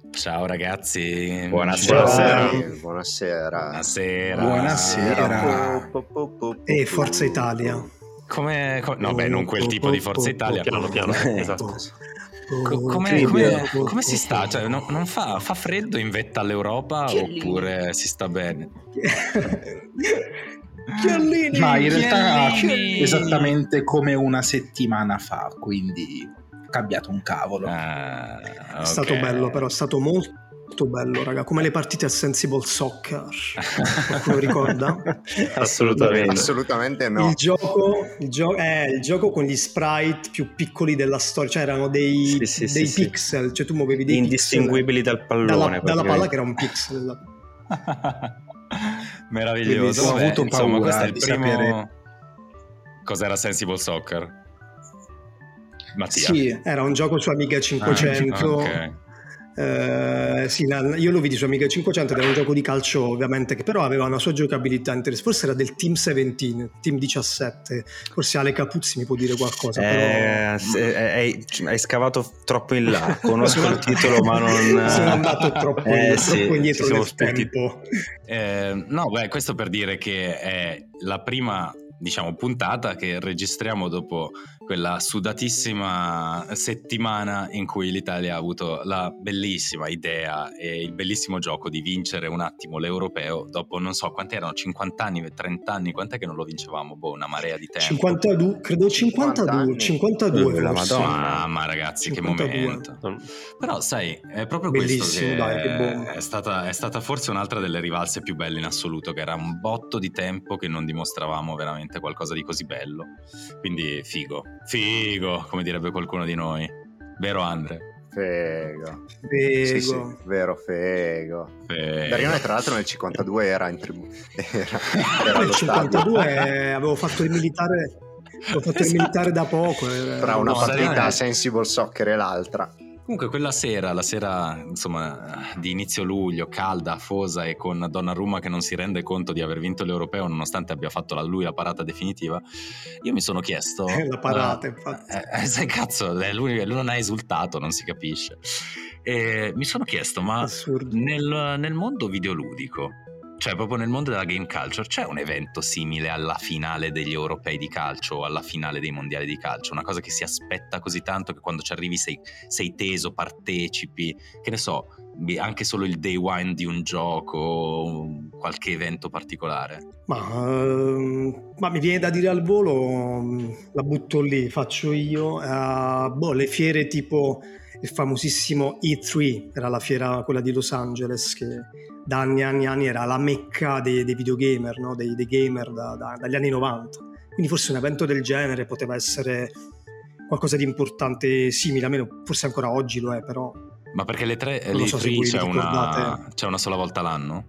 Ciao ragazzi. Buonasera. Buonasera. E Forza Italia. Come no, beh, non quel tipo di Forza Italia. Piano, esatto. Come si sta? Cioè, non fa freddo in vetta all'Europa oppure si sta bene? Chiellini, ma in realtà Chiellini. esattamente come una settimana fa, quindi è cambiato un cavolo. È stato bello, però è stato molto bello, raga, come le partite a Sensible Soccer. Qualcuno ricorda? Assolutamente no. Il gioco con gli sprite più piccoli della storia, cioè erano dei pixel, cioè tu muovevi dei indistinguibili pixel dal pallone dalla palla che era un pixel. Meraviglioso. Ho avuto insomma, questo è il di primo. sapere. Cos'era Sensible Soccer? Mattia. Sì, era un gioco su Amiga 500. Ok. Sì, io lo vidi su Amiga 500 ed era un gioco di calcio, ovviamente, che però aveva una sua giocabilità interessante. Forse era del Team 17, Team 17. Forse Ale Capuzzi mi può dire qualcosa. Però... hai scavato troppo in là. Conosco il titolo, ma non sono andato troppo indietro nel tempo. No, beh, questo per dire che è la prima, diciamo, puntata che registriamo dopo quella sudatissima settimana in cui l'Italia ha avuto la bellissima idea e il bellissimo gioco di vincere un attimo l'europeo dopo non so quanti erano, 50 anni, 30 anni, quant'è che non lo vincevamo? Una marea di tempo. 52, credo 52 la forse. Madonna. Ma ragazzi, 52. Che momento. Però sai, è proprio bellissimo, questo che, che bomba. è stata forse un'altra delle rivalse più belle in assoluto, che era un botto di tempo che non dimostravamo veramente qualcosa di così bello. Quindi figo, come direbbe qualcuno di noi. Vero Andre? Fego. Sì, vero fego. Perché noi tra l'altro nel 52 era in tribù. Era nel 52 avevo fatto il militare. Ho fatto il militare da poco. Tra una partita Sensible Soccer e l'altra. Comunque quella sera, la sera insomma di inizio luglio, calda, afosa e con Donnarumma che non si rende conto di aver vinto l'europeo nonostante abbia fatto lui la parata definitiva, io mi sono chiesto la parata infatti sai cazzo, lui non ha esultato, non si capisce, e mi sono chiesto ma nel mondo videoludico, cioè proprio nel mondo della game culture, c'è un evento simile alla finale degli europei di calcio o alla finale dei mondiali di calcio? Una cosa che si aspetta così tanto che quando ci arrivi sei teso, partecipi, che ne so, anche solo il day one di un gioco o qualche evento particolare? Ma mi viene da dire al volo, la butto lì, faccio io, le fiere tipo il famosissimo E3, era la fiera quella di Los Angeles che da anni era la mecca dei videogamer, no? dei gamer dagli anni 90. Quindi forse un evento del genere poteva essere qualcosa di importante, simile, almeno forse ancora oggi lo è, però... Ma perché l'E3 c'è una sola volta l'anno?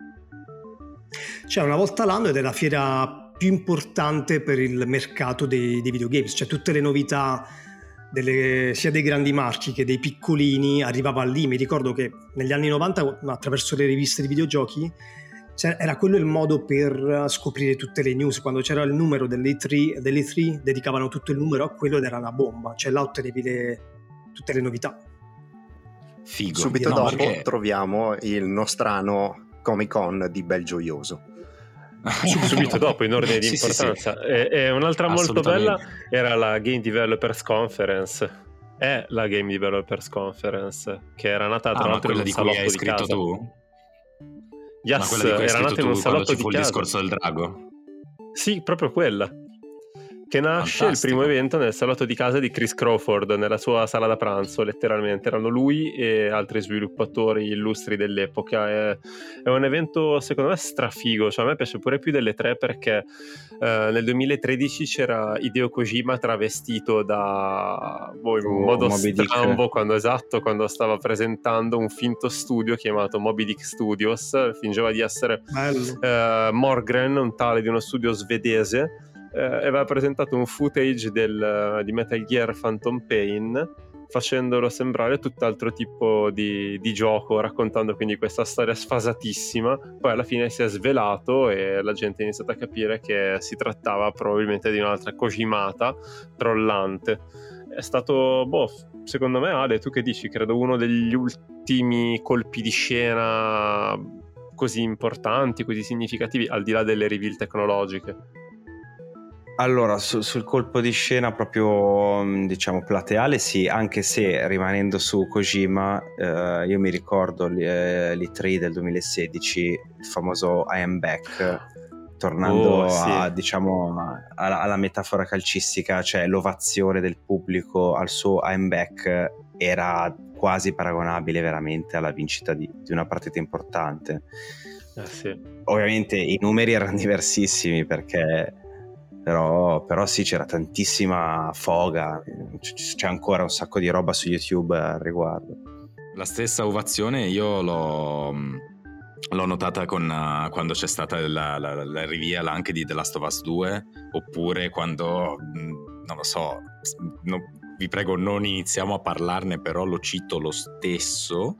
C'è una volta l'anno ed è la fiera più importante per il mercato dei videogames, cioè tutte le novità sia dei grandi marchi che dei piccolini arrivava lì. Mi ricordo che negli anni 90 attraverso le riviste di videogiochi era quello il modo per scoprire tutte le news. Quando c'era il numero dell'E3 dedicavano tutto il numero a quello ed era una bomba, cioè là ottenevi tutte le novità. Figo. Subito dopo troviamo il nostrano Comic Con di Belgioioso. Subito dopo, in ordine di importanza. Sì. E un'altra molto bella era la Game Developers Conference. È la Game Developers Conference che era nata tra l'altro in un salotto di casa. Tu? Yes, ma quella di cui hai scritto tu quando ci fu il discorso del drago? Sì, proprio quella. Che nasce il primo evento nel salotto di casa di Chris Crawford, nella sua sala da pranzo, letteralmente. Erano lui e altri sviluppatori illustri dell'epoca. È un evento, secondo me, strafigo. Cioè, a me piace pure più delle tre perché nel 2013 c'era Hideo Kojima travestito da in modo strambo quando stava presentando un finto studio chiamato Moby Dick Studios. Fingeva di essere Morgren, un tale di uno studio svedese. Aveva presentato un footage di Metal Gear Phantom Pain facendolo sembrare tutt'altro tipo di gioco, raccontando quindi questa storia sfasatissima. Poi alla fine si è svelato e la gente ha iniziato a capire che si trattava probabilmente di un'altra Kojimata trollante. È stato secondo me, Ale, tu che dici? Credo uno degli ultimi colpi di scena così importanti, così significativi, al di là delle reveal tecnologiche. Allora, sul colpo di scena proprio, diciamo, plateale, sì, anche se rimanendo su Kojima, io mi ricordo l'E3 del 2016, il famoso I am back, tornando alla metafora calcistica, cioè l'ovazione del pubblico al suo I am back era quasi paragonabile veramente alla vincita di una partita importante. Sì. Ovviamente i numeri erano diversissimi, perché però sì, c'era tantissima foga, c'è ancora un sacco di roba su YouTube al riguardo. La stessa ovazione io l'ho notata quando c'è stata la reveal anche di The Last of Us 2, oppure quando, non lo so, vi prego non iniziamo a parlarne, però lo cito lo stesso,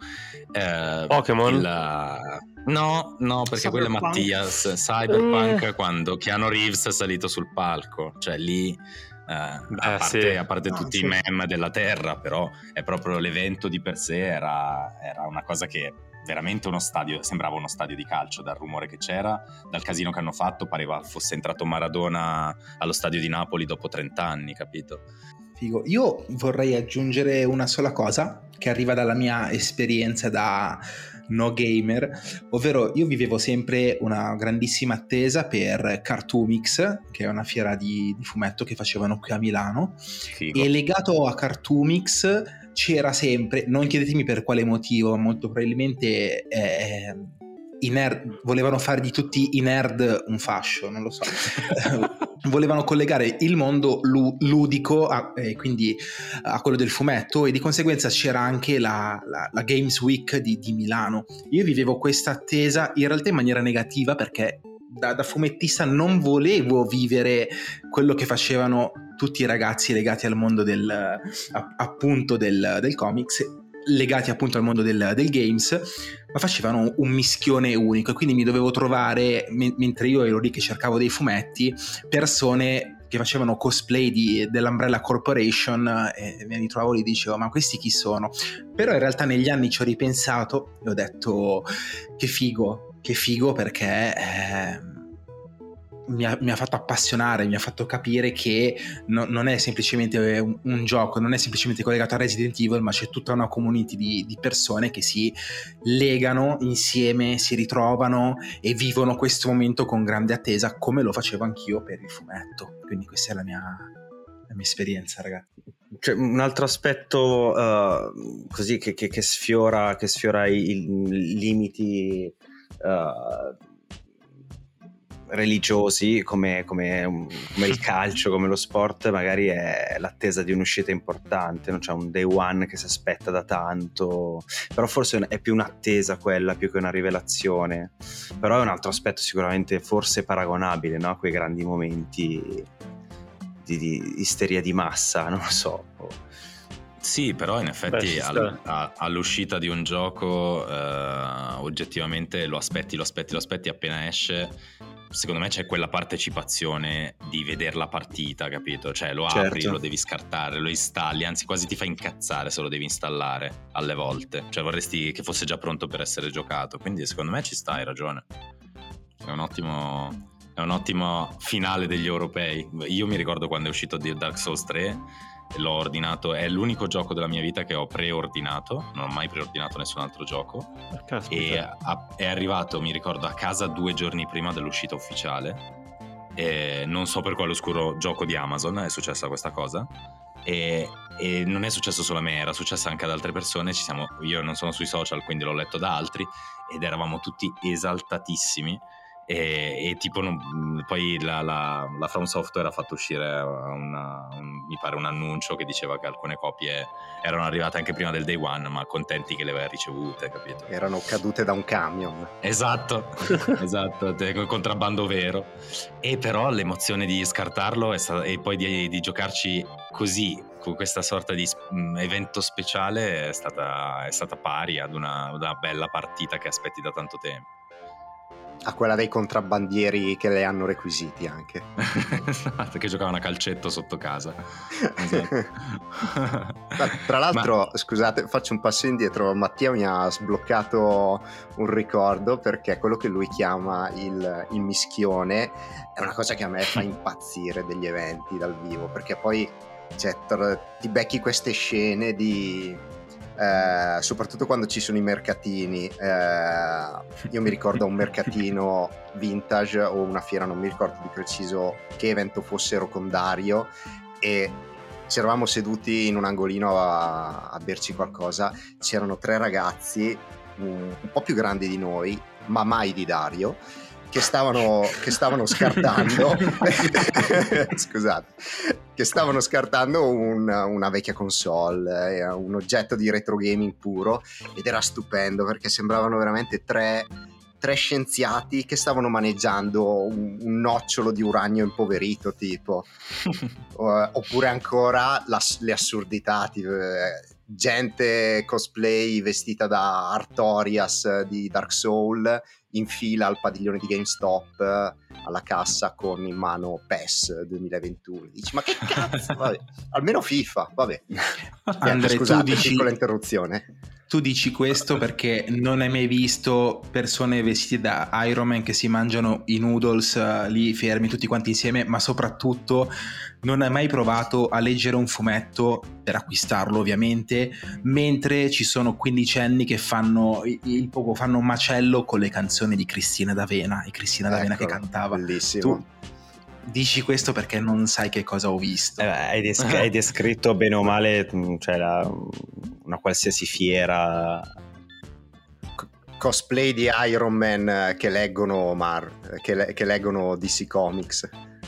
Pokémon? No, perché quello è Mattias. Cyberpunk, quando Keanu Reeves è salito sul palco, cioè lì a parte tutti i meme della terra, però è proprio l'evento di per sé, era una cosa che veramente sembrava uno stadio di calcio, dal rumore che c'era, dal casino che hanno fatto, pareva fosse entrato Maradona allo stadio di Napoli dopo 30 anni, capito? Figo. Io vorrei aggiungere una sola cosa che arriva dalla mia esperienza da no gamer, ovvero io vivevo sempre una grandissima attesa per Cartoomix, che è una fiera di fumetto che facevano qui a Milano. Figo. E legato a Cartoomix c'era sempre, non chiedetemi per quale motivo, molto probabilmente i nerd volevano fare di tutti i nerd un fascio, non lo so. Volevano collegare il mondo ludico quindi a quello del fumetto, e di conseguenza c'era anche la Games Week di Milano. Io vivevo questa attesa in realtà in maniera negativa, perché da fumettista non volevo vivere quello che facevano tutti i ragazzi legati al mondo del comics, legati appunto al mondo del games, ma facevano un mischione unico, e quindi mi dovevo trovare, mentre io ero lì che cercavo dei fumetti, persone che facevano cosplay dell'Umbrella Corporation, e mi ritrovavo lì e dicevo: ma questi chi sono? Però in realtà negli anni ci ho ripensato e ho detto che figo, perché mi ha fatto appassionare, mi ha fatto capire che non è semplicemente un gioco, non è semplicemente collegato a Resident Evil, ma c'è tutta una community di persone che si legano insieme, si ritrovano e vivono questo momento con grande attesa, come lo facevo anch'io per il fumetto. Quindi questa è la mia esperienza, ragazzi. C'è un altro aspetto così che sfiora i limiti religiosi, come il calcio, come lo sport, magari è l'attesa di un'uscita importante, non c'è un day one che si aspetta da tanto, però forse è più un'attesa quella, più che una rivelazione. Però è un altro aspetto sicuramente forse paragonabile, no? A quei grandi momenti di isteria di massa, non lo so. Sì, però in effetti all'uscita di un gioco oggettivamente lo aspetti appena esce. Secondo me c'è quella partecipazione di vedere la partita, capito? Cioè lo apri, lo devi scartare, lo installi, anzi quasi ti fa incazzare se lo devi installare alle volte. Cioè vorresti che fosse già pronto per essere giocato. Quindi secondo me ci sta, hai ragione. È un ottimo finale degli europei. Io mi ricordo quando è uscito Dark Souls 3, l'ho ordinato, è l'unico gioco della mia vita che ho preordinato, non ho mai preordinato nessun altro gioco, e è arrivato, mi ricordo, a casa 2 giorni prima dell'uscita ufficiale, e non so per quale oscuro gioco di Amazon è successa questa cosa, e non è successo solo a me, era successo anche ad altre persone. Io non sono sui social, quindi l'ho letto da altri, ed eravamo tutti esaltatissimi. E tipo poi la From Software ha fatto uscire mi pare un annuncio che diceva che alcune copie erano arrivate anche prima del day one, ma contenti che le aveva ricevute, capito? Erano cadute da un camion. Esatto, contrabbando vero. E però l'emozione di scartarlo e poi di giocarci così, con questa sorta di evento speciale, è stata pari ad una bella partita che aspetti da tanto tempo. a quella dei contrabbandieri che le hanno requisiti anche. Esatto, che giocavano a calcetto sotto casa. Esatto. Tra l'altro, scusate, faccio un passo indietro. Mattia mi ha sbloccato un ricordo, perché quello che lui chiama il mischione è una cosa che a me fa impazzire degli eventi dal vivo, perché poi ti becchi queste scene di soprattutto quando ci sono i mercatini. Io mi ricordo un mercatino vintage o una fiera, non mi ricordo di preciso che evento fossero, con Dario, e ci eravamo seduti in un angolino a berci qualcosa. C'erano 3 ragazzi un po' più grandi di noi, ma mai di Dario, che stavano scartando scusate, che stavano scartando una vecchia console, un oggetto di retro gaming puro, ed era stupendo perché sembravano veramente tre scienziati che stavano maneggiando un nocciolo di uranio impoverito, tipo. Oppure ancora le assurdità, tipo, gente cosplay vestita da Artorias di Dark Souls in fila al padiglione di GameStop alla cassa con in mano PES 2021. Dici, ma che cazzo? Vabbè, almeno FIFA, vabbè. Andre, scusate, piccola interruzione. Tu dici questo perché non hai mai visto persone vestite da Iron Man che si mangiano i noodles lì fermi tutti quanti insieme, ma soprattutto non hai mai provato a leggere un fumetto, per acquistarlo ovviamente, mentre ci sono quindicenni che fanno un macello con le canzoni di Cristina D'Avena, e Cristina D'Avena che cantava. Bellissimo. Tu dici questo perché non sai che cosa ho visto. Hai descritto bene o male, cioè una qualsiasi fiera. Cosplay di Iron Man che leggono che leggono DC Comics.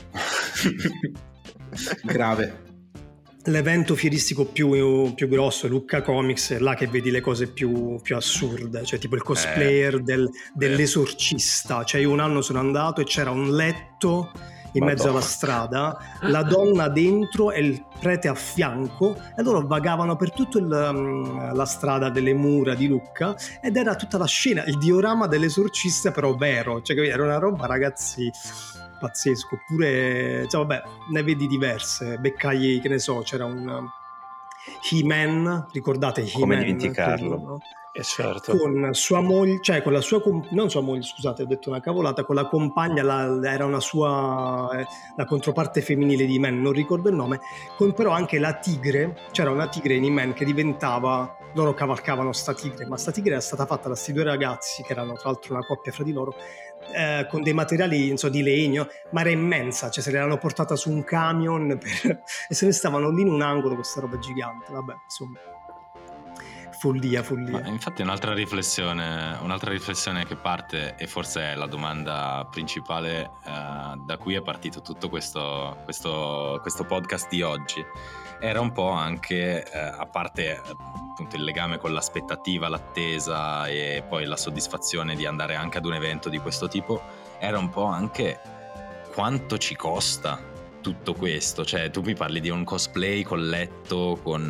Grave. L'evento fieristico più grosso è Lucca Comics, è là che vedi le cose più assurde, cioè tipo il cosplayer dell'esorcista. Cioè io un anno sono andato e c'era un letto in mezzo alla strada, la donna dentro e il prete a fianco, e loro vagavano per tutta la strada delle mura di Lucca, ed era tutta la scena, il diorama dell'esorcista però vero, cioè era una roba, ragazzi, pazzesco. Oppure, cioè, vabbè, ne vedi diverse. Beccai, che ne so, c'era un He-Man, ricordate He-Man? Come dimenticarlo? No? Certo. Con sua moglie, cioè con la sua non sua moglie, scusate, ho detto una cavolata, con la compagna, era una sua la controparte femminile di He-Man, non ricordo il nome, con però anche la tigre. C'era una tigre in He-Man che diventava, loro cavalcavano sta tigre, ma sta tigre era stata fatta da sti 2 ragazzi che erano tra l'altro una coppia fra di loro, con dei materiali, non so, di legno, ma era immensa, cioè se l'erano portata su un camion e se ne stavano lì in un angolo, questa roba gigante. Vabbè, insomma, follia. Ma infatti un'altra riflessione che parte, e forse è la domanda principale da cui è partito tutto questo podcast di oggi, era un po' anche, a parte appunto il legame con l'aspettativa, l'attesa e poi la soddisfazione di andare anche ad un evento di questo tipo, era un po' anche quanto ci costa tutto questo. Cioè tu mi parli di un cosplay col letto, con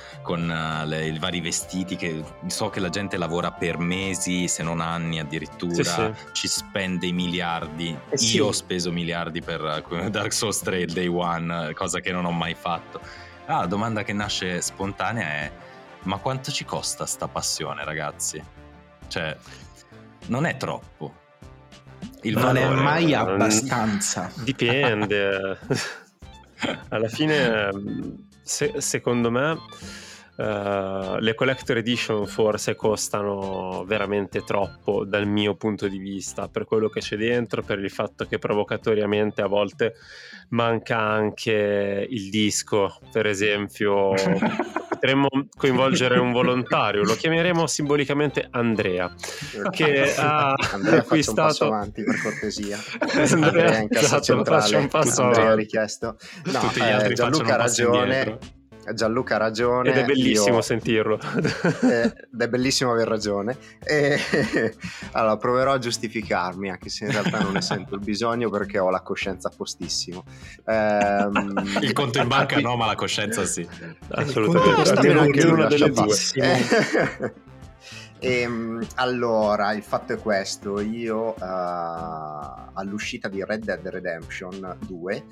i vari vestiti, che so che la gente lavora per mesi se non anni addirittura, sì. Ci spende i miliardi, sì. Io ho speso miliardi per Dark Souls 3 Day One, cosa che non ho mai fatto. La domanda che nasce spontanea è: ma quanto ci costa sta passione, ragazzi? Cioè non è troppo? Non è mai abbastanza. Dipende. Alla fine, secondo me, le collector edition forse costano veramente troppo dal mio punto di vista, per quello che c'è dentro, per il fatto che provocatoriamente a volte manca anche il disco, per esempio. Potremmo coinvolgere un volontario, lo chiameremo simbolicamente Andrea, che ha acquistato... Faccia un passo avanti, per cortesia. Andrea in cassa centrale, faccia un passo Andrea avanti. richiesto. No, tutti gli altri Gianluca ha ragione. Gianluca ha ragione, ed è bellissimo sentirlo, ed è bellissimo aver ragione. Allora proverò a giustificarmi, anche se in realtà non ne sento il bisogno, perché ho la coscienza a postissimo. Il conto in banca no, ma la coscienza sì, assolutamente, almeno anche lui una delle due. Allora, il fatto è questo: io all'uscita di Red Dead Redemption 2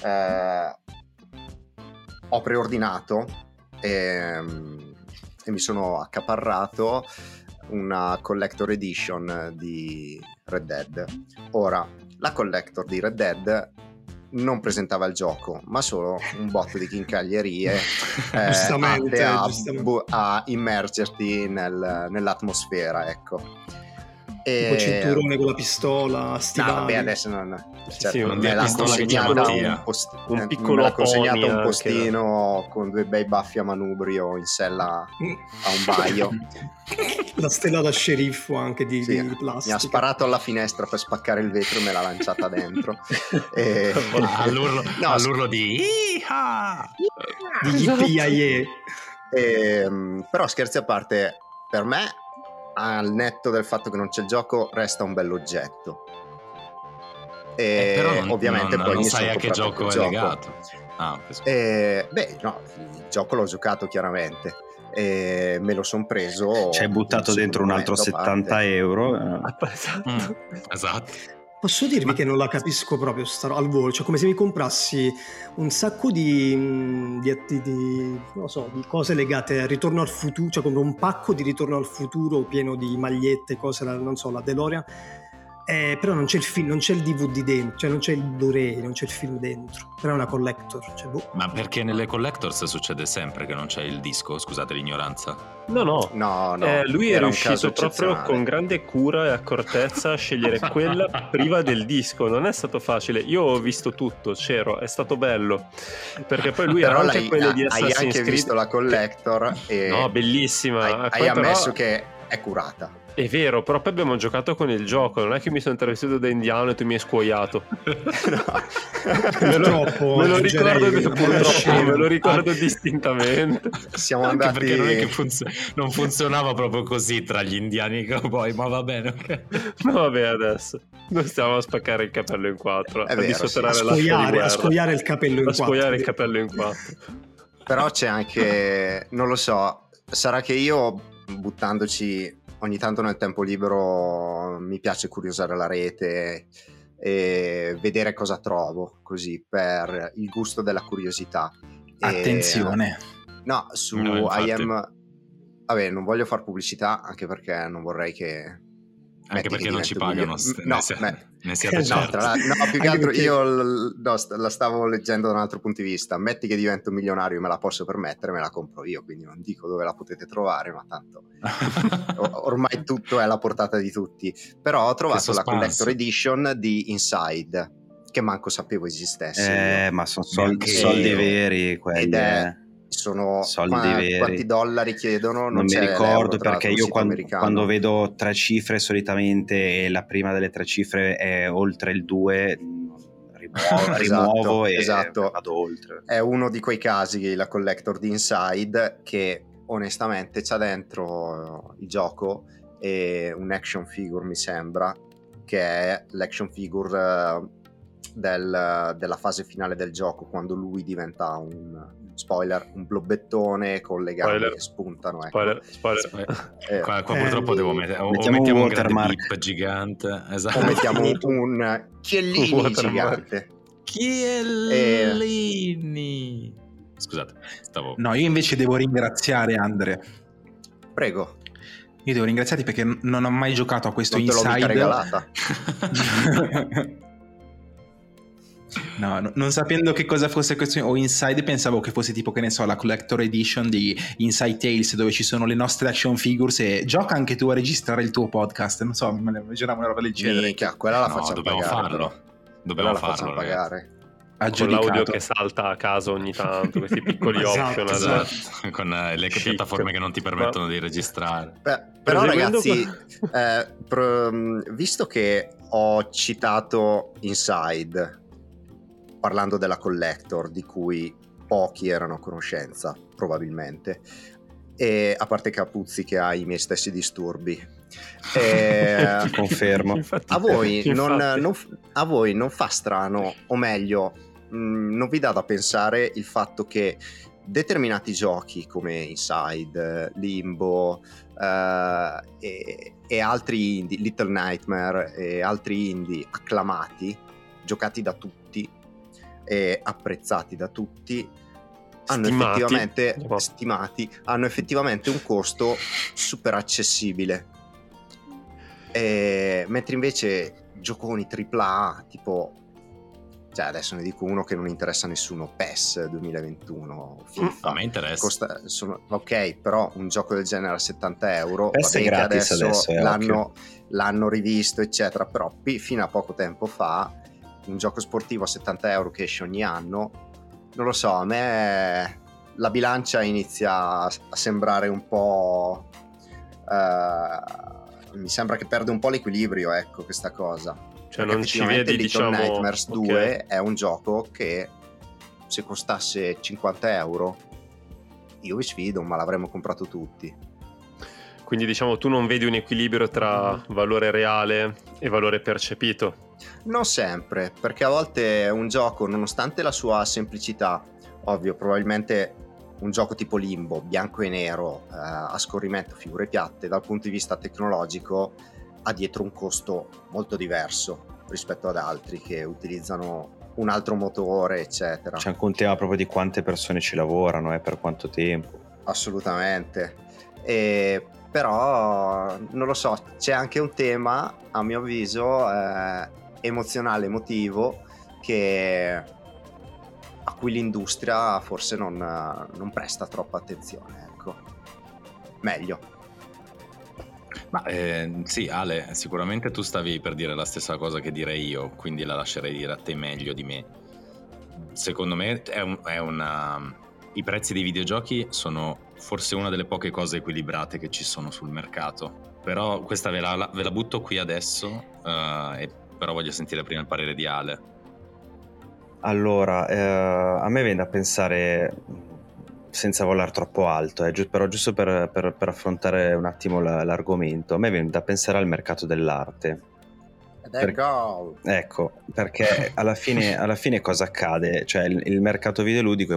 ho preordinato e mi sono accaparrato una collector edition di Red Dead. Ora, la collector di Red Dead non presentava il gioco, ma solo un botto di chincaglierie giustamente. a immergerti nell'atmosfera, ecco. Tipo cinturone con la pistola, stivali. No, vabbè, adesso non me l'ha consegnata un piccolo un postino con 2 bei baffi a manubrio in sella a un baio. La stella da sceriffo anche di plastica. Mi ha sparato alla finestra per spaccare il vetro e me l'ha lanciata dentro. All'urlo di Yippee. Però scherzi a parte, per me, al netto del fatto che non c'è il gioco, resta un bell'oggetto. Però ovviamente poi non sai a che gioco è legato. Il gioco l'ho giocato chiaramente e me lo son preso. Ci hai buttato dentro un altro 70 euro. Esatto. Posso dirvi che non la capisco proprio al volo, cioè come se mi comprassi un sacco di non so, di cose legate al Ritorno al Futuro, cioè come un pacco di Ritorno al Futuro pieno di magliette, cose, non so, la DeLorean, però non c'è il film, non c'è il DVD dentro, cioè non c'è il Blu-ray, non c'è il film dentro, però è una collector, cioè, Ma perché nelle collectors succede sempre che non c'è il disco? Scusate l'ignoranza. No. Lui è riuscito proprio con grande cura e accortezza a scegliere quella priva del disco. Non è stato facile. Io ho visto tutto, è stato bello. Perché poi lui però ha anche quelle di Assassin's Creed. Hai anche visto la collector e no, bellissima. Hai ammesso che è curata. È vero, però poi abbiamo giocato con il gioco, non è che mi sono travestito da indiano e tu mi hai scuoiato. me lo ricordo distintamente. Siamo anche andati perché non è che non funzionava proprio così tra gli indiani e i cowboy, ma va bene, ok. No, vabbè, adesso non stiamo a spaccare il capello in quattro, a scoiare il capello in quattro. Però c'è anche, non lo so, sarà che io, buttandoci ogni tanto nel tempo libero, mi piace curiosare la rete e vedere cosa trovo, così, per il gusto della curiosità. Attenzione. Vabbè, non voglio far pubblicità, anche perché non vorrei che... Anche perché non ci pagano. Ne siate certi. Più che altro io la stavo leggendo da un altro punto di vista. Metti che divento milionario, me la posso permettere, me la compro io, quindi non dico dove la potete trovare, ma tanto ormai tutto è alla portata di tutti. Però ho trovato la collector edition di Inside, che manco sapevo esistesse. Ma sono soldi veri quelli. Sono soldi veri. Quanti dollari chiedono? Non mi ricordo, perché io quando vedo 3 cifre solitamente e la prima delle 3 cifre è oltre il 2, rimuovo e vado oltre. È uno di quei casi, la collector di Inside, che onestamente c'ha dentro il gioco e un action figure, mi sembra, che è l'action figure della fase finale del gioco, quando lui diventa un blobbettone con le gambe che spuntano. Spoiler. Qua purtroppo devo mettere mettiamo un watermark gigante, esatto. O mettiamo un Chiellini gigante. Chiellini. Scusate, No, io invece devo ringraziare Andre. Prego. Io devo ringraziarti perché non ho mai giocato a questo Inside. Non te l'ho mica regalata. No, non sapendo che cosa fosse questo o Inside, pensavo che fosse tipo, che ne so, la collector edition di Inside Tales, dove ci sono le nostre action figures e gioca anche tu a registrare il tuo podcast, non so, me ne immaginavo una roba del genere. Quella la facciamo pagare. Dobbiamo farlo, pagare. Con l'audio che salta a caso ogni tanto, questi piccoli optional. Esatto. Con le piattaforme che non ti permettono di registrare. Però ragazzi, visto che ho citato Inside parlando della collector, di cui pochi erano a conoscenza probabilmente, e a parte Capuzzi che ha i miei stessi disturbi, confermo. A voi non fa strano, o meglio, non vi dà da pensare il fatto che determinati giochi come Inside, Limbo e altri indie, Little Nightmare e altri indie acclamati, giocati da tutti e apprezzati da tutti, hanno effettivamente un costo super accessibile, mentre invece gioconi AAA tipo, cioè adesso ne dico uno che non interessa a nessuno, PES 2021, FIFA, a me interessa, ok, però un gioco del genere a €70, PES è gratis adesso l'hanno rivisto eccetera, però fino a poco tempo fa un gioco sportivo a €70 che esce ogni anno, non lo so, a me la bilancia inizia a sembrare un po' mi sembra che perde un po' l'equilibrio, ecco, questa cosa. Cioè non ci vedi, Little Nightmares 2 okay. è un gioco che se costasse €50 io vi sfido, ma l'avremmo comprato tutti. Quindi diciamo tu non vedi un equilibrio tra valore reale e valore percepito? Non sempre, perché a volte un gioco, nonostante la sua semplicità, ovvio, probabilmente un gioco tipo Limbo, bianco e nero, a scorrimento, figure piatte, dal punto di vista tecnologico ha dietro un costo molto diverso rispetto ad altri che utilizzano un altro motore, eccetera. C'è anche un tema proprio di quante persone ci lavorano e per quanto tempo. Assolutamente. Però non lo so, c'è anche un tema, a mio avviso, emozionale, emotivo, a cui l'industria forse non presta troppa attenzione, ecco. Meglio. Ma sì, Ale, sicuramente tu stavi per dire la stessa cosa che direi io, quindi la lascerei dire a te meglio di me. Secondo me i prezzi dei videogiochi sono forse una delle poche cose equilibrate che ci sono sul mercato, però questa ve la butto qui adesso, però voglio sentire prima il parere di Ale. Allora, a me viene da pensare, senza volare troppo alto, però giusto per affrontare un attimo l'argomento, a me viene da pensare al mercato dell'arte. Ecco, perché alla fine cosa accade? Cioè il mercato videoludico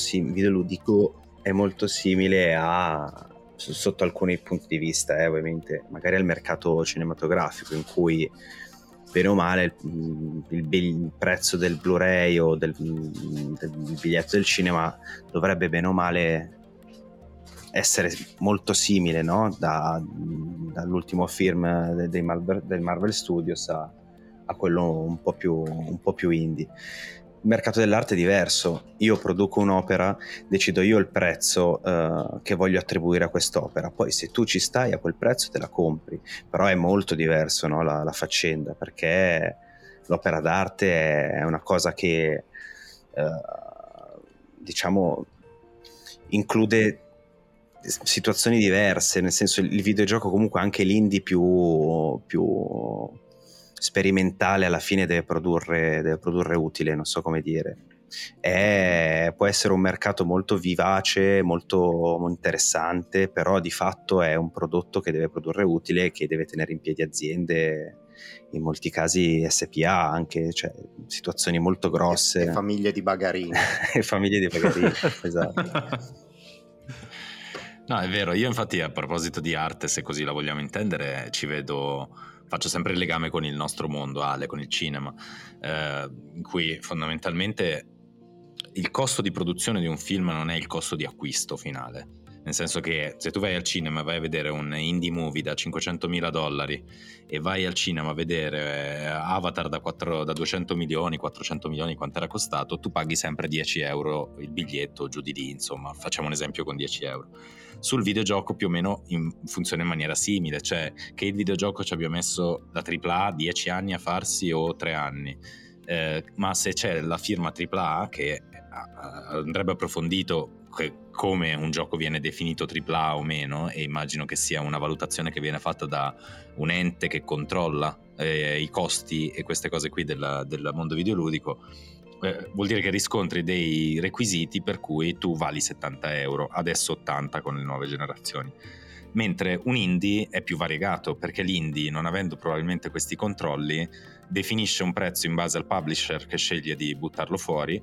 è molto simile sotto alcuni punti di vista, ovviamente, magari al mercato cinematografico, in cui bene o male il prezzo del Blu-ray o del biglietto del cinema dovrebbe bene o male essere molto simile, no? Dall'ultimo film del Marvel Studios a quello un po' più indie. Il mercato dell'arte è diverso. Io produco un'opera, decido io il prezzo che voglio attribuire a quest'opera, poi se tu ci stai a quel prezzo te la compri, però è molto diverso, no? la faccenda, perché l'opera d'arte è una cosa che diciamo include situazioni diverse, nel senso il videogioco comunque, anche l'indie più sperimentale, alla fine deve produrre utile, non so come dire. Può essere un mercato molto vivace, molto interessante, però di fatto è un prodotto che deve produrre utile, che deve tenere in piedi aziende, in molti casi SPA anche, cioè situazioni molto grosse. E famiglie di bagarini. E famiglie di bagarini, esatto. No, è vero, io infatti a proposito di arte, se così la vogliamo intendere, faccio sempre il legame con il nostro mondo, Ale, con il cinema, in cui fondamentalmente il costo di produzione di un film non è il costo di acquisto finale, nel senso che se tu vai al cinema e vai a vedere un indie movie da $500.000 e vai al cinema a vedere Avatar da 200 milioni, 400 milioni, quanto era costato, tu paghi sempre €10 il biglietto, giù di lì, insomma, facciamo un esempio con €10. Sul videogioco più o meno funziona in maniera simile, cioè che il videogioco ci abbia messo la AAA 10 anni a farsi o 3 anni, ma se c'è la firma AAA, che andrebbe approfondito come un gioco viene definito AAA o meno, e immagino che sia una valutazione che viene fatta da un ente che controlla i costi e queste cose qui del mondo videoludico, vuol dire che riscontri dei requisiti per cui tu vali €70, adesso 80 con le nuove generazioni. Mentre un indie è più variegato, perché l'indie, non avendo probabilmente questi controlli, definisce un prezzo in base al publisher che sceglie di buttarlo fuori,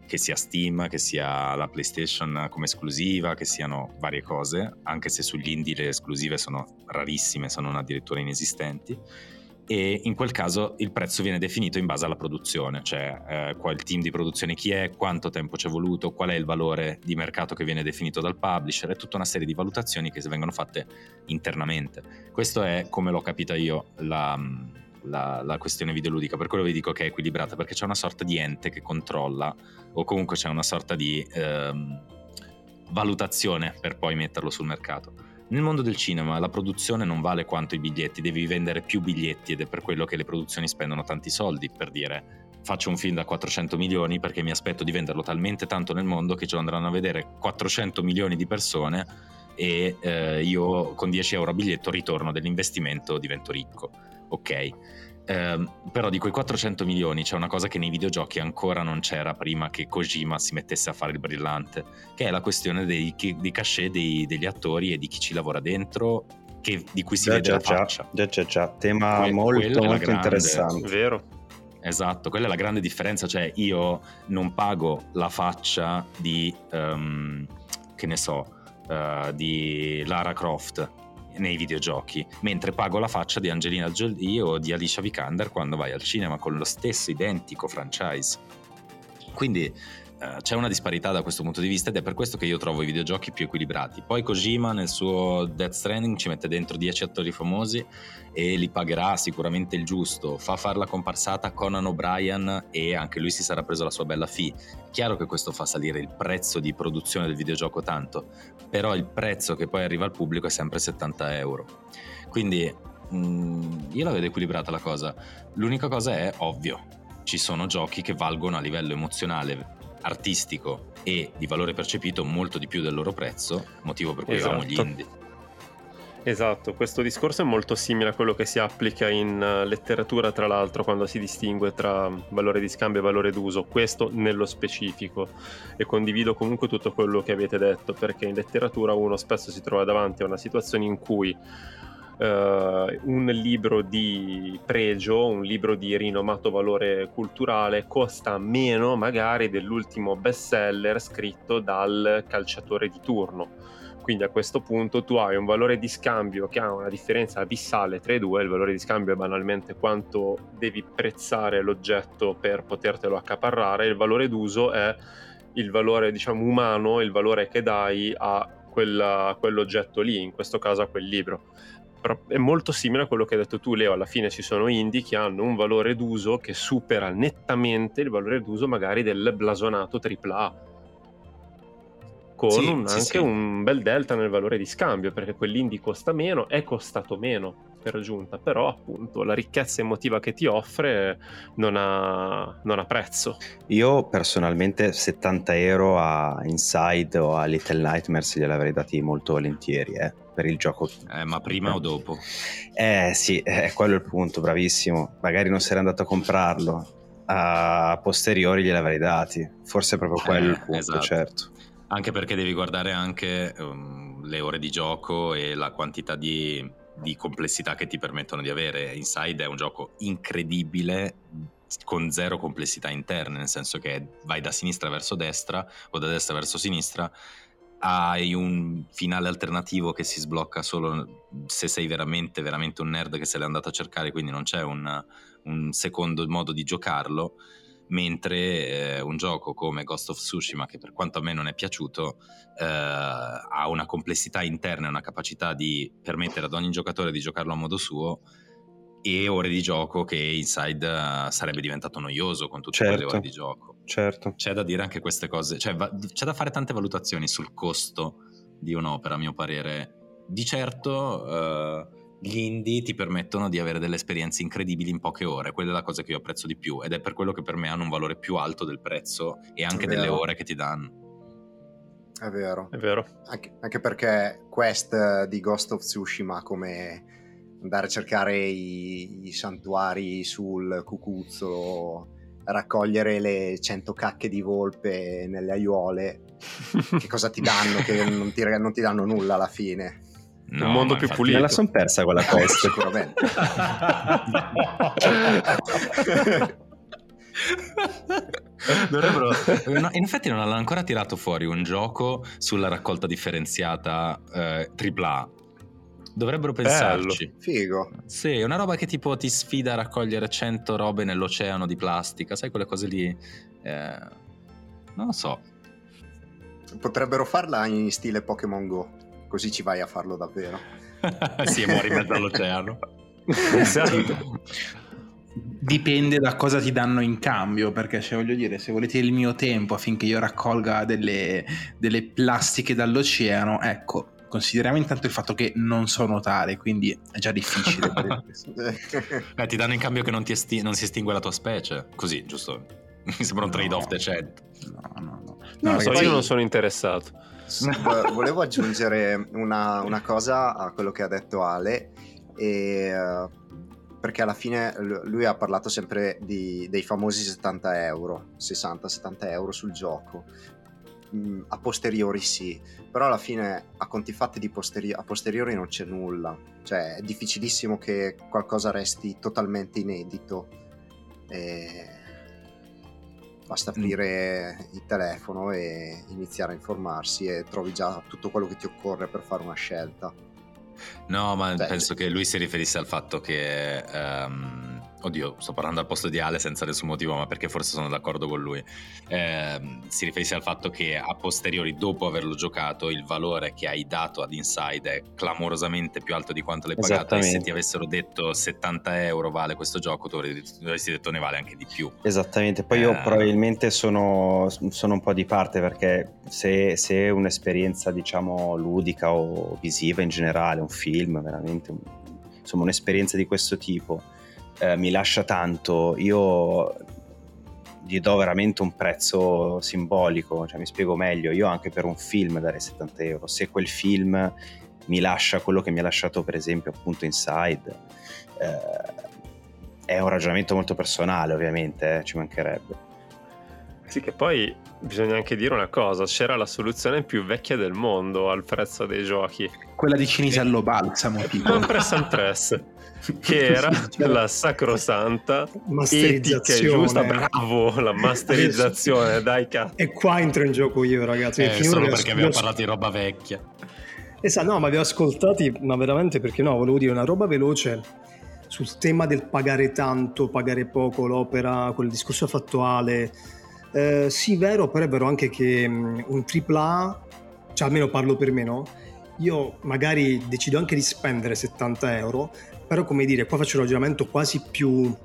che sia Steam, che sia la PlayStation come esclusiva, che siano varie cose, anche se sugli indie le esclusive sono rarissime, sono addirittura inesistenti. E in quel caso il prezzo viene definito in base alla produzione, cioè qual il team di produzione chi è, quanto tempo ci è voluto, qual è il valore di mercato che viene definito dal publisher, è tutta una serie di valutazioni che vengono fatte internamente. Questo è come l'ho capita io la questione videoludica, per quello vi dico che è equilibrata, perché c'è una sorta di ente che controlla, o comunque c'è una sorta di valutazione per poi metterlo sul mercato. Nel mondo del cinema la produzione non vale quanto i biglietti, devi vendere più biglietti, ed è per quello che le produzioni spendono tanti soldi. Per dire, faccio un film da 400 milioni perché mi aspetto di venderlo talmente tanto nel mondo che ce lo andranno a vedere 400 milioni di persone e io con 10 euro a biglietto ritorno dell'investimento, divento ricco. Ok, però di quei 400 milioni c'è una cosa che nei videogiochi ancora non c'era prima che Kojima si mettesse a fare il brillante, che è la questione dei cachet degli attori e di chi ci lavora dentro, di cui si vede la faccia. Già, tema molto interessante. Vero. Esatto, quella è la grande differenza, cioè io non pago la faccia di che ne so, di Lara Croft nei videogiochi, mentre pago la faccia di Angelina Jolie o di Alicia Vikander quando vai al cinema con lo stesso identico franchise. Quindi c'è una disparità da questo punto di vista, ed è per questo che io trovo i videogiochi più equilibrati. Poi Kojima nel suo Death Stranding ci mette dentro 10 attori famosi e li pagherà sicuramente il giusto, fa far la comparsata Conan O'Brien e anche lui si sarà preso la sua bella fee. Chiaro che questo fa salire il prezzo di produzione del videogioco tanto, però il prezzo che poi arriva al pubblico è sempre 70 euro. Quindi io la vedo equilibrata la cosa. L'unica cosa è, ovvio, ci sono giochi che valgono a livello emozionale, artistico e di valore percepito molto di più del loro prezzo, motivo per cui amo gli indie. Esatto, questo discorso è molto simile a quello che si applica in letteratura, tra l'altro, quando si distingue tra valore di scambio e valore d'uso, questo nello specifico, e condivido comunque tutto quello che avete detto, perché in letteratura uno spesso si trova davanti a una situazione in cui un libro di pregio, un libro di rinomato valore culturale costa meno magari dell'ultimo bestseller scritto dal calciatore di turno. Quindi a questo punto tu hai un valore di scambio che ha una differenza abissale tra i due. Il valore di scambio è banalmente quanto devi prezzare l'oggetto per potertelo accaparrare, il valore d'uso è il valore, diciamo, umano, il valore che dai a quell'oggetto lì, in questo caso a quel libro. Però è molto simile a quello che hai detto tu, Leo. Alla fine ci sono indie che hanno un valore d'uso che supera nettamente il valore d'uso magari del blasonato AAA, con anche un bel delta nel valore di scambio, perché quell'indie costa meno, è costato meno per giunta, però appunto la ricchezza emotiva che ti offre non ha prezzo. Io personalmente 70 euro a Inside o a Little Nightmares glieli avrei dati molto volentieri per il gioco. Ma prima o dopo? Sì, è quello il punto, bravissimo. Magari non sarei andato a comprarlo, a posteriori glieli avrei dati, forse è proprio quello il punto. Esatto. Certo. Anche perché devi guardare anche le ore di gioco e la quantità di complessità che ti permettono di avere. Inside è un gioco incredibile con zero complessità interne, nel senso che vai da sinistra verso destra o da destra verso sinistra, hai un finale alternativo che si sblocca solo se sei veramente veramente un nerd che se l'è andato a cercare, quindi non c'è un secondo modo di giocarlo. Mentre un gioco come Ghost of Tsushima, che per quanto a me non è piaciuto, ha una complessità interna e una capacità di permettere ad ogni giocatore di giocarlo a modo suo, e ore di gioco che Inside sarebbe diventato noioso con tutte quelle ore di gioco. Certo. C'è da dire anche queste cose, cioè c'è da fare tante valutazioni sul costo di un'opera, a mio parere. Di certo gli indie ti permettono di avere delle esperienze incredibili in poche ore, quella è la cosa che io apprezzo di più, ed è per quello che per me hanno un valore più alto del prezzo e anche delle ore che ti danno. È vero. Anche perché quest di Ghost of Tsushima, come andare a cercare i santuari sul cucuzzolo, raccogliere le 100 cacche di volpe nelle aiuole, che cosa ti danno? Che non ti danno nulla alla fine. No, un mondo più pulito. Me la son persa quella quest. Sicuramente. No, in effetti non hanno ancora tirato fuori un gioco sulla raccolta differenziata AAA. Dovrebbero pensarci. Bello. Figo. Sì, è una roba che tipo ti sfida a raccogliere 100 robe nell'oceano di plastica, sai quelle cose lì? Non lo so. Potrebbero farla in stile Pokémon Go, così ci vai a farlo davvero. Sì, e muori in mezzo all'oceano. Esatto. Dipende da cosa ti danno in cambio, perché voglio dire, se volete il mio tempo affinché io raccolga delle plastiche dall'oceano, ecco, consideriamo intanto il fatto che non so nuotare, quindi è già difficile. Ti danno in cambio che non si estingue la tua specie, così, giusto? Mi sembra un trade-off decente. No, ragazzi, io non sono interessato. Volevo aggiungere una cosa a quello che ha detto Ale, perché alla fine lui ha parlato sempre dei famosi 70 euro, 60-70 euro sul gioco. A posteriori sì, però alla fine a conti fatti a posteriori non c'è nulla, cioè è difficilissimo che qualcosa resti totalmente inedito. Basta aprire il telefono e iniziare a informarsi e trovi già tutto quello che ti occorre per fare una scelta. No, ma penso che lui si riferisse al fatto che oddio, sto parlando al posto di Ale senza nessun motivo, ma perché forse sono d'accordo con lui. Si riferisse al fatto che a posteriori, dopo averlo giocato, il valore che hai dato ad Inside è clamorosamente più alto di quanto l'hai pagato, e se ti avessero detto 70 euro vale questo gioco, tu avresti detto ne vale anche di più. Esattamente, poi io probabilmente sono un po' di parte, perché se un'esperienza diciamo ludica o visiva in generale, un film veramente, insomma un'esperienza di questo tipo mi lascia tanto, io gli do veramente un prezzo simbolico, cioè mi spiego meglio, io anche per un film darei 70 euro, se quel film mi lascia quello che mi ha lasciato per esempio appunto Inside, è un ragionamento molto personale ovviamente, ci mancherebbe. Sì, che poi bisogna anche dire una cosa, c'era la soluzione più vecchia del mondo al prezzo dei giochi, quella di Cinisello Balsamo, tipo non press and press, che era la sacrosanta etica e giusta, bravo, la masterizzazione, dai cazzo. E qua entro in gioco io, ragazzi. Solo perché abbiamo parlato di roba vecchia. Esatto, no, ma vi ho ascoltati, ma veramente perché no, volevo dire una roba veloce sul tema del pagare tanto, pagare poco, l'opera, quel discorso fattuale. Sì, vero, però è vero anche che un AAA, cioè almeno parlo per me, no? Io magari decido anche di spendere 70 euro, però come dire, qua faccio un ragionamento quasi più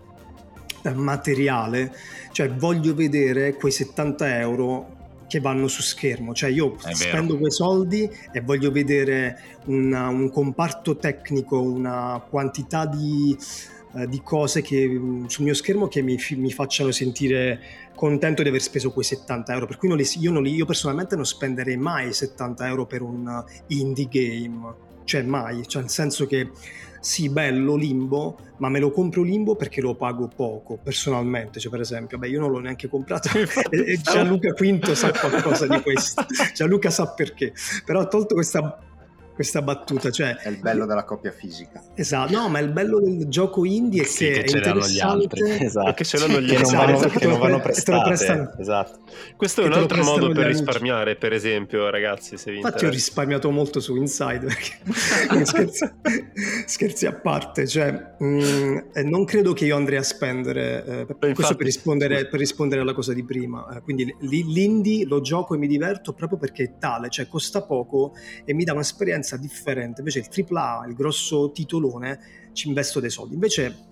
materiale, cioè voglio vedere quei 70 euro che vanno su schermo, cioè io spendo quei soldi e voglio vedere un comparto tecnico, una quantità di cose che sul mio schermo che mi facciano sentire contento di aver speso quei 70 euro, per cui io personalmente non spenderei mai 70 euro per un indie game, cioè mai, cioè nel senso che sì, bello Limbo, ma me lo compro Limbo perché lo pago poco personalmente, cioè per esempio, io non l'ho neanche comprato e Gianluca Quinto sa qualcosa di questo, Gianluca sa perché, però ho tolto questa battuta, cioè è il bello della copia fisica. Esatto, no, ma il bello del gioco indie è che ce l'hanno gli altri, esatto, che ce l'hanno gli altri, che non vanno prestate. Esatto. Questo è un altro modo per risparmiare, per esempio, ragazzi, se vi infatti ho risparmiato molto su Inside, perché scherzi a parte, cioè non credo che io andrei a spendere questo per rispondere alla cosa di prima, quindi l'indie lo gioco e mi diverto proprio perché è tale, cioè costa poco e mi dà un'esperienza differente. Invece il AAA, il grosso titolone, ci investo dei soldi. Invece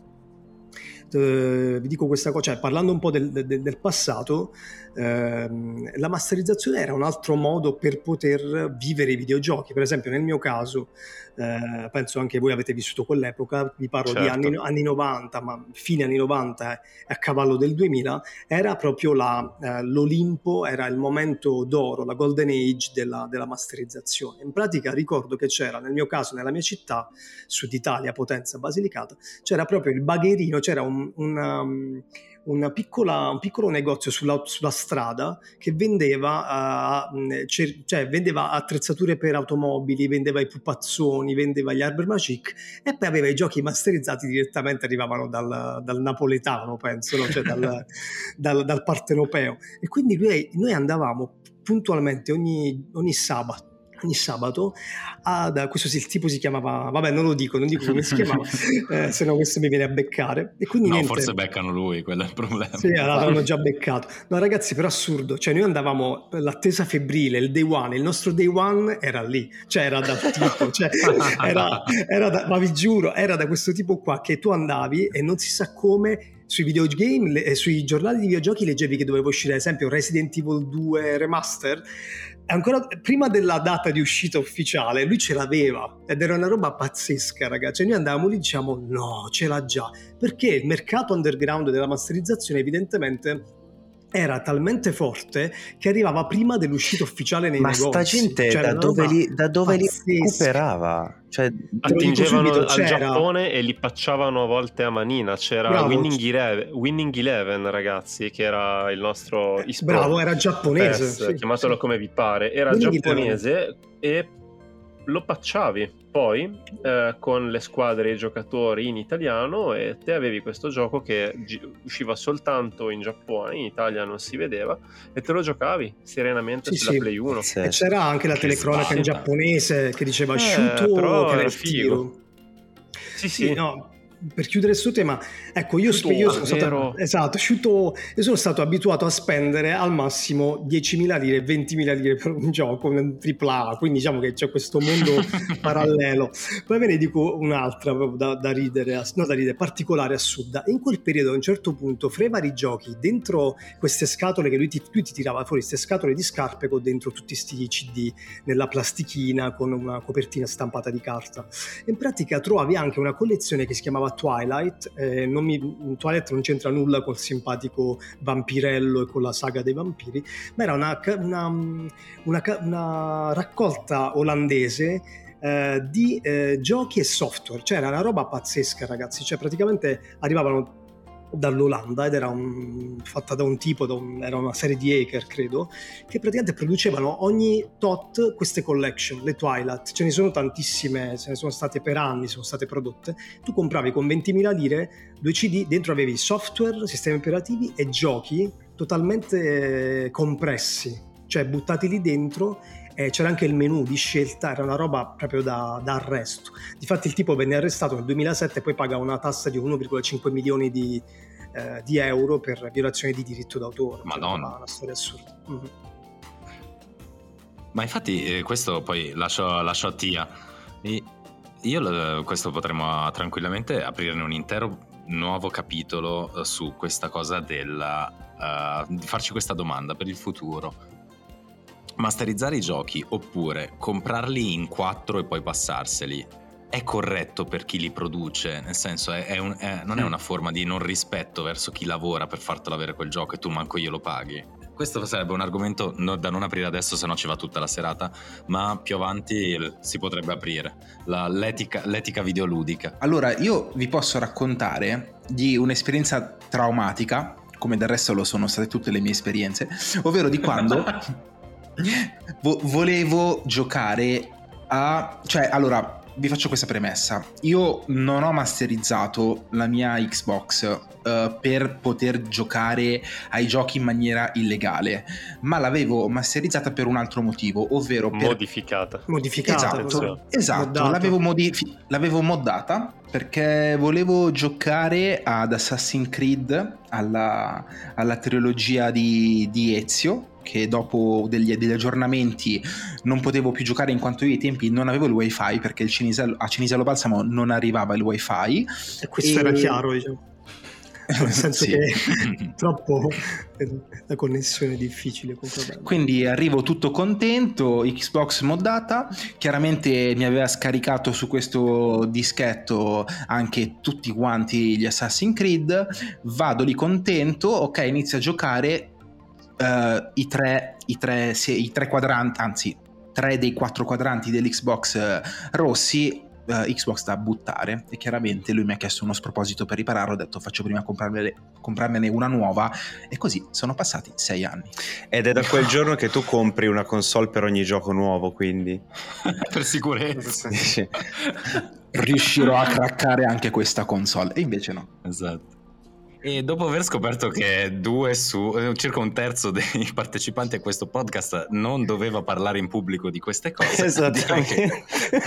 vi dico questa cosa, cioè parlando un po' del passato, la masterizzazione era un altro modo per poter vivere i videogiochi. Per esempio nel mio caso, penso anche voi avete vissuto quell'epoca, vi parlo certo. di anni 90, ma fine anni 90 e a cavallo del 2000, era proprio l'Olimpo, era il momento d'oro, la golden age della masterizzazione. In pratica ricordo che c'era, nel mio caso nella mia città, Sud Italia, Potenza, Basilicata, c'era proprio il bagherino, c'era un un piccolo negozio sulla strada che vendeva vendeva attrezzature per automobili, vendeva i pupazzoni, vendeva gli Arbor Magic, e poi aveva i giochi masterizzati direttamente, arrivavano dal napoletano, penso, no? Cioè dal partenopeo. E quindi noi andavamo puntualmente ogni sabato questo il tipo si chiamava, vabbè, non dico come si chiamava, se no questo mi viene a beccare, e quindi niente. Forse beccano lui, quello è il problema. Sì, l'avevano già beccato. No ragazzi, però assurdo, cioè noi andavamo, l'attesa febbrile, il day one, il nostro day one era lì, cioè era dal tipo, cioè ma vi giuro, era da questo tipo qua, che tu andavi e non si sa come sui videogame, sui giornali di videogiochi leggevi che doveva uscire ad esempio Resident Evil 2 Remaster, ancora prima della data di uscita ufficiale lui ce l'aveva, ed era una roba pazzesca, ragazzi. Noi andavamo lì e diciamo no, ce l'ha già, perché il mercato underground della masterizzazione evidentemente era talmente forte che arrivava prima dell'uscita ufficiale nei negozi. Ma sta gente cioè, da dove li recuperava? Cioè, attingevano al Giappone e li pacciavano a volte a manina. C'era Winning Eleven, ragazzi, che era il nostro bravo, era giapponese, chiamatelo come vi pare, era Winning giapponese Eleven. E lo pacciavi poi con le squadre e i giocatori in italiano, e te avevi questo gioco che usciva soltanto in Giappone, in Italia non si vedeva, e te lo giocavi serenamente sulla Play 1. E c'era anche la telecronaca in giapponese che diceva Shuto, però che era il figo. Sì, no. Per chiudere questo tema, ecco, io sono stato abituato a spendere al massimo 10.000 lire, 20.000 lire per un gioco, un AAA, quindi diciamo che c'è questo mondo parallelo. Poi ve ne dico un'altra proprio da ridere, particolare, assurda. In quel periodo a un certo punto, fra i vari giochi, dentro queste scatole che lui ti tirava fuori, queste scatole di scarpe con dentro tutti sti CD nella plastichina con una copertina stampata di carta, in pratica trovavi anche una collezione che si chiamava Twilight. Twilight non c'entra nulla col simpatico vampirello e con la saga dei vampiri, ma era una raccolta olandese di giochi e software, cioè era una roba pazzesca, ragazzi. Cioè praticamente arrivavano dall'Olanda ed era fatta da un tipo, era una serie di hacker, credo, che praticamente producevano ogni tot queste collection, le Twilight. Ce ne sono tantissime, ce ne sono state per anni, sono state prodotte. Tu compravi con 20.000 lire 2 CD, dentro avevi software, sistemi operativi e giochi totalmente compressi, cioè buttati lì dentro. C'era anche il menu di scelta, era una roba proprio da arresto. Difatti il tipo venne arrestato nel 2007 e poi paga una tassa di 1,5 milioni di euro per violazione di diritto d'autore. Madonna. Una storia assurda. Mm-hmm. Ma infatti questo poi lascio a Tia. Questo potremmo tranquillamente aprirne un intero nuovo capitolo su questa cosa di farci questa domanda per il futuro. Masterizzare i giochi oppure comprarli in 4 e poi passarseli è corretto per chi li produce? Nel senso non è una forma di non rispetto verso chi lavora per fartelo avere quel gioco e tu manco glielo paghi? Questo sarebbe un argomento da non aprire adesso, se no ci va tutta la serata, ma più avanti si potrebbe aprire l'etica videoludica. Allora, io vi posso raccontare di un'esperienza traumatica, come del resto lo sono state tutte le mie esperienze, ovvero di quando volevo giocare allora vi faccio questa premessa. Io non ho masterizzato la mia Xbox per poter giocare ai giochi in maniera illegale, ma l'avevo masterizzata per un altro motivo, ovvero modificata. Esatto. L'avevo moddata perché volevo giocare ad Assassin's Creed, alla trilogia di Ezio, che dopo degli aggiornamenti non potevo più giocare in quanto io ai tempi non avevo il wifi, perché a Cinisello Balsamo non arrivava il wifi. E questo era chiaro, diciamo. Nel senso sì. Che troppo la connessione è difficile. Quindi arrivo tutto contento, Xbox moddata, chiaramente mi aveva scaricato su questo dischetto anche tutti quanti gli Assassin's Creed, vado lì contento, ok, inizio a giocare. I tre quadranti, anzi 3 dei 4 quadranti dell'Xbox rossi Xbox da buttare, e chiaramente lui mi ha chiesto uno sproposito per ripararlo. Ho detto faccio prima comprarmene una nuova, e così sono passati 6 anni. Ed è da quel giorno che tu compri una console per ogni gioco nuovo, quindi per sicurezza. Sì. Riuscirò a craccare anche questa console, e invece no. Esatto. E dopo aver scoperto che circa un terzo dei partecipanti a questo podcast non doveva parlare in pubblico di queste cose, esattamente,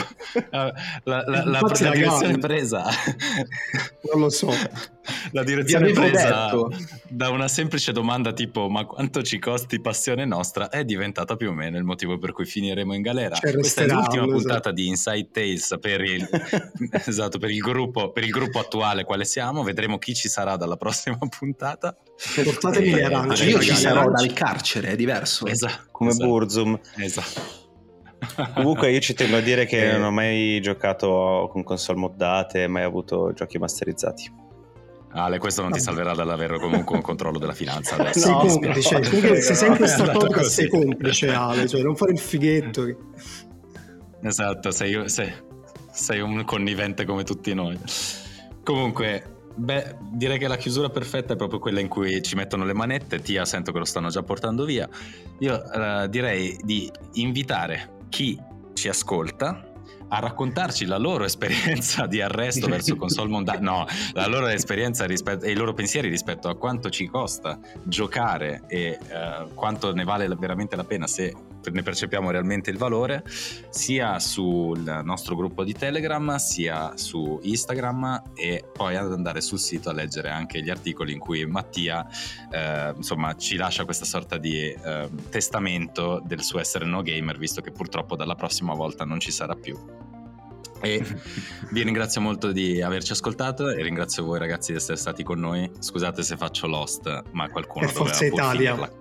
la direzione presa non lo so, la direzione presa da una semplice domanda tipo ma quanto ci costi Passione Nostra è diventata più o meno il motivo per cui finiremo in galera. Questa è l'ultima puntata di Inside Tales per il esatto, per il gruppo attuale quale siamo. Vedremo chi ci sarà dalla prossima puntata. Portatemi le arance. Io ci sarò dal carcere, è diverso. Esatto, come Burzum. Esatto. Comunque io ci tengo a dire che non ho mai giocato con console moddate, mai avuto giochi masterizzati. Ale, questo non ti salverà dall'avere comunque un controllo della finanza adesso. Sei complice, se sei in questa podcast sei complice, Ale, cioè non fare il fighetto. Esatto, sei un connivente come tutti noi. Comunque, direi che la chiusura perfetta è proprio quella in cui ci mettono le manette. Tia, sento che lo stanno già portando via. Io direi di invitare chi ci ascolta a raccontarci la loro esperienza di arresto verso console mondane, no, la loro esperienza e i loro pensieri rispetto a quanto ci costa giocare e quanto ne vale veramente la pena, se ne percepiamo realmente il valore, sia sul nostro gruppo di Telegram sia su Instagram, e poi ad andare sul sito a leggere anche gli articoli in cui Mattia insomma ci lascia questa sorta di testamento del suo essere no gamer, visto che purtroppo dalla prossima volta non ci sarà più. E vi ringrazio molto di averci ascoltato e ringrazio voi ragazzi di essere stati con noi. Scusate se faccio Lost, ma qualcuno doveva Forza Italia. No,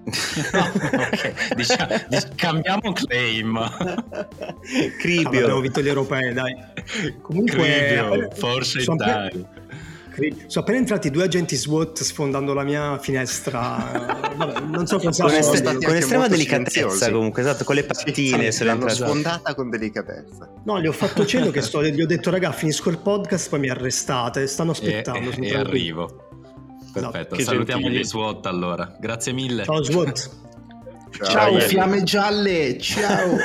ok, cambiamo claim. Cribio. Abbiamo vinto gli europei, dai. Comunque Forza Italia. Sono appena entrati 2 agenti SWAT sfondando la mia finestra. Vabbè, non so cosa con estrema delicatezza, comunque, esatto, con le pattine se l'hanno sfondata con delicatezza. No, gli ho fatto cenno che gli ho detto raga, finisco il podcast, poi mi arrestate, stanno aspettando. E arrivo. Perfetto, che salutiamo gentili. gli SWAT allora. Grazie mille. Ciao SWAT. Ciao fiamme gialle, ciao.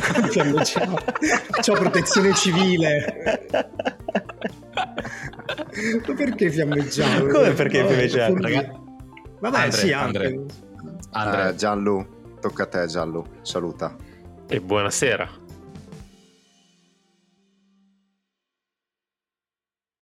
Ciao protezione civile. Ma perché fiamme gialle? Come perché fiamme gialle? Vabbè, sì, anche. Giallo, tocca a te Giallo, saluta. E buonasera.